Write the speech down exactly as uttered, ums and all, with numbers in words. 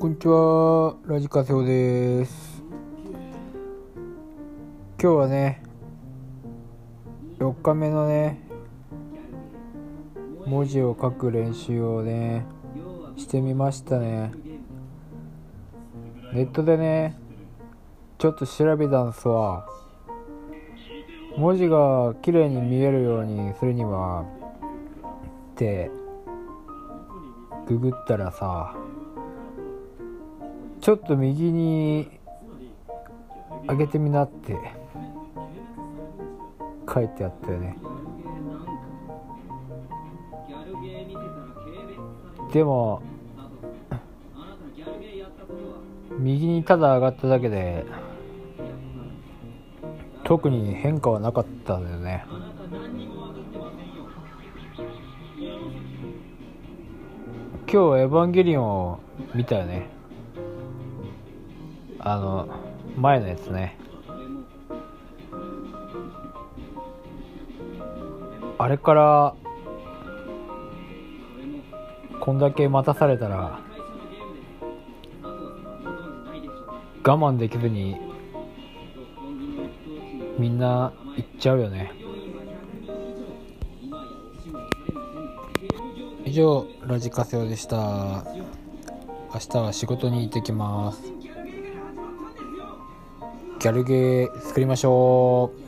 こんにちは、ラジカセオです。今日はね、よっかめのね、文字を書く練習をね、してみましたね。ネットでね、ちょっと調べたんすわ。文字が綺麗に見えるようにするにはってググったらさ、ちょっと右に上げてみなって書いてあったよね。でも右にただ上がっただけで特に変化はなかったんだよね。今日エヴァンゲリオンを見たよね。あの前のやつね。あれからこんだけ待たされたら我慢できずにみんな行っちゃうよね。以上、ラジカセオでした。明日は仕事に行ってきます。ギャルゲー作りましょう。